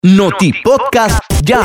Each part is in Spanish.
Noti Podcast Ya.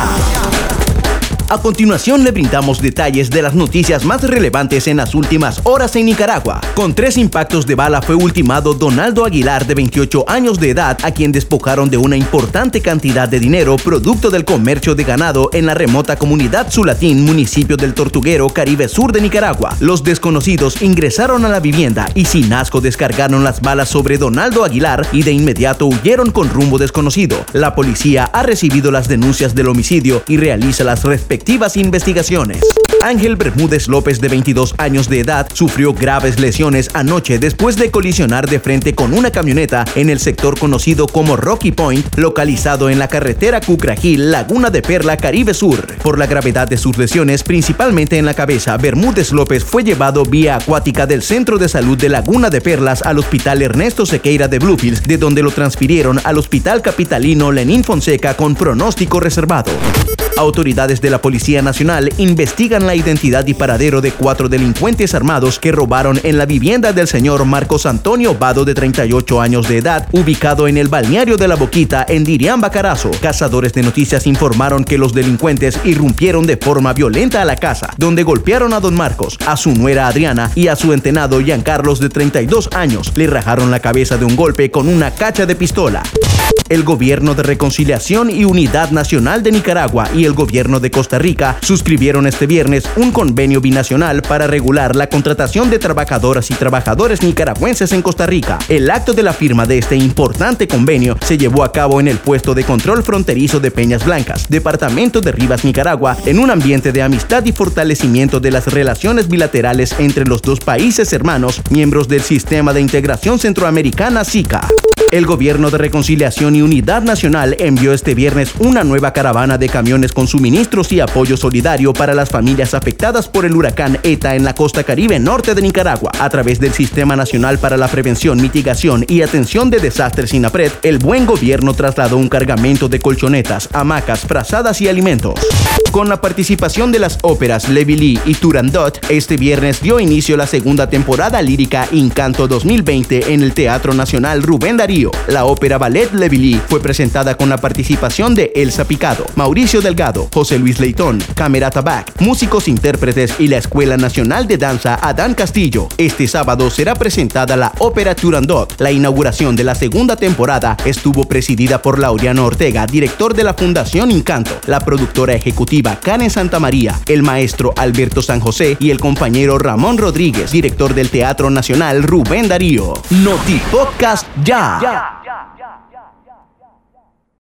A continuación le brindamos detalles de las noticias más relevantes en las últimas horas en Nicaragua. Con 3 impactos de bala fue ultimado Donaldo Aguilar, de 28 años de edad, a quien despojaron de una importante cantidad de dinero producto del comercio de ganado en la remota comunidad Zulatín, municipio del Tortuguero, Caribe Sur de Nicaragua. Los desconocidos ingresaron a la vivienda y sin asco descargaron las balas sobre Donaldo Aguilar y de inmediato huyeron con rumbo desconocido. La policía ha recibido las denuncias del homicidio y realiza las respectivas investigaciones. Ángel Bermúdez López, de 22 años de edad, sufrió graves lesiones anoche después de colisionar de frente con una camioneta en el sector conocido como Rocky Point, localizado en la carretera Cucragil, Laguna de Perla, Caribe Sur. Por la gravedad de sus lesiones, principalmente en la cabeza, Bermúdez López fue llevado vía acuática del Centro de Salud de Laguna de Perlas al Hospital Ernesto Sequeira de Bluefields, de donde lo transfirieron al Hospital Capitalino Lenín Fonseca con pronóstico reservado. Autoridades de la Policía Nacional investigan la identidad y paradero de 4 delincuentes armados que robaron en la vivienda del señor Marcos Antonio Vado, de 38 años de edad, ubicado en el balneario de La Boquita, en Diriamba, Carazo. Cazadores de noticias informaron que los delincuentes irrumpieron de forma violenta a la casa, donde golpearon a don Marcos, a su nuera Adriana y a su entenado Giancarlos, de 32 años. Le rajaron la cabeza de un golpe con una cacha de pistola. El Gobierno de Reconciliación y Unidad Nacional de Nicaragua y el Gobierno de Costa Rica suscribieron este viernes un convenio binacional para regular la contratación de trabajadoras y trabajadores nicaragüenses en Costa Rica. El acto de la firma de este importante convenio se llevó a cabo en el puesto de control fronterizo de Peñas Blancas, departamento de Rivas, Nicaragua, en un ambiente de amistad y fortalecimiento de las relaciones bilaterales entre los dos países hermanos, miembros del Sistema de Integración Centroamericana, SICA. El Gobierno de Reconciliación y Unidad Nacional envió este viernes una nueva caravana de camiones con suministros y apoyo solidario para las familias afectadas por el huracán ETA en la costa caribe norte de Nicaragua. A través del Sistema Nacional para la Prevención, Mitigación y Atención de Desastres, SINAPRED, el buen gobierno trasladó un cargamento de colchonetas, hamacas, frazadas y alimentos. Con la participación de las óperas Le Billy y Turandot, este viernes dio inicio la segunda temporada lírica Incanto 2020 en el Teatro Nacional Rubén Darío. La ópera ballet Le Billy fue presentada con la participación de Elsa Picado, Mauricio Delgado, José Luis Leitón, Camerata Bach, músicos intérpretes y la Escuela Nacional de Danza Adán Castillo. Este sábado será presentada la ópera Turandot. La inauguración de la segunda temporada estuvo presidida por Laureano Ortega, director de la Fundación Incanto, la productora ejecutiva Karen Santamaría, el maestro Alberto San José y el compañero Ramón Rodríguez, director del Teatro Nacional Rubén Darío. Noti Podcast Ya.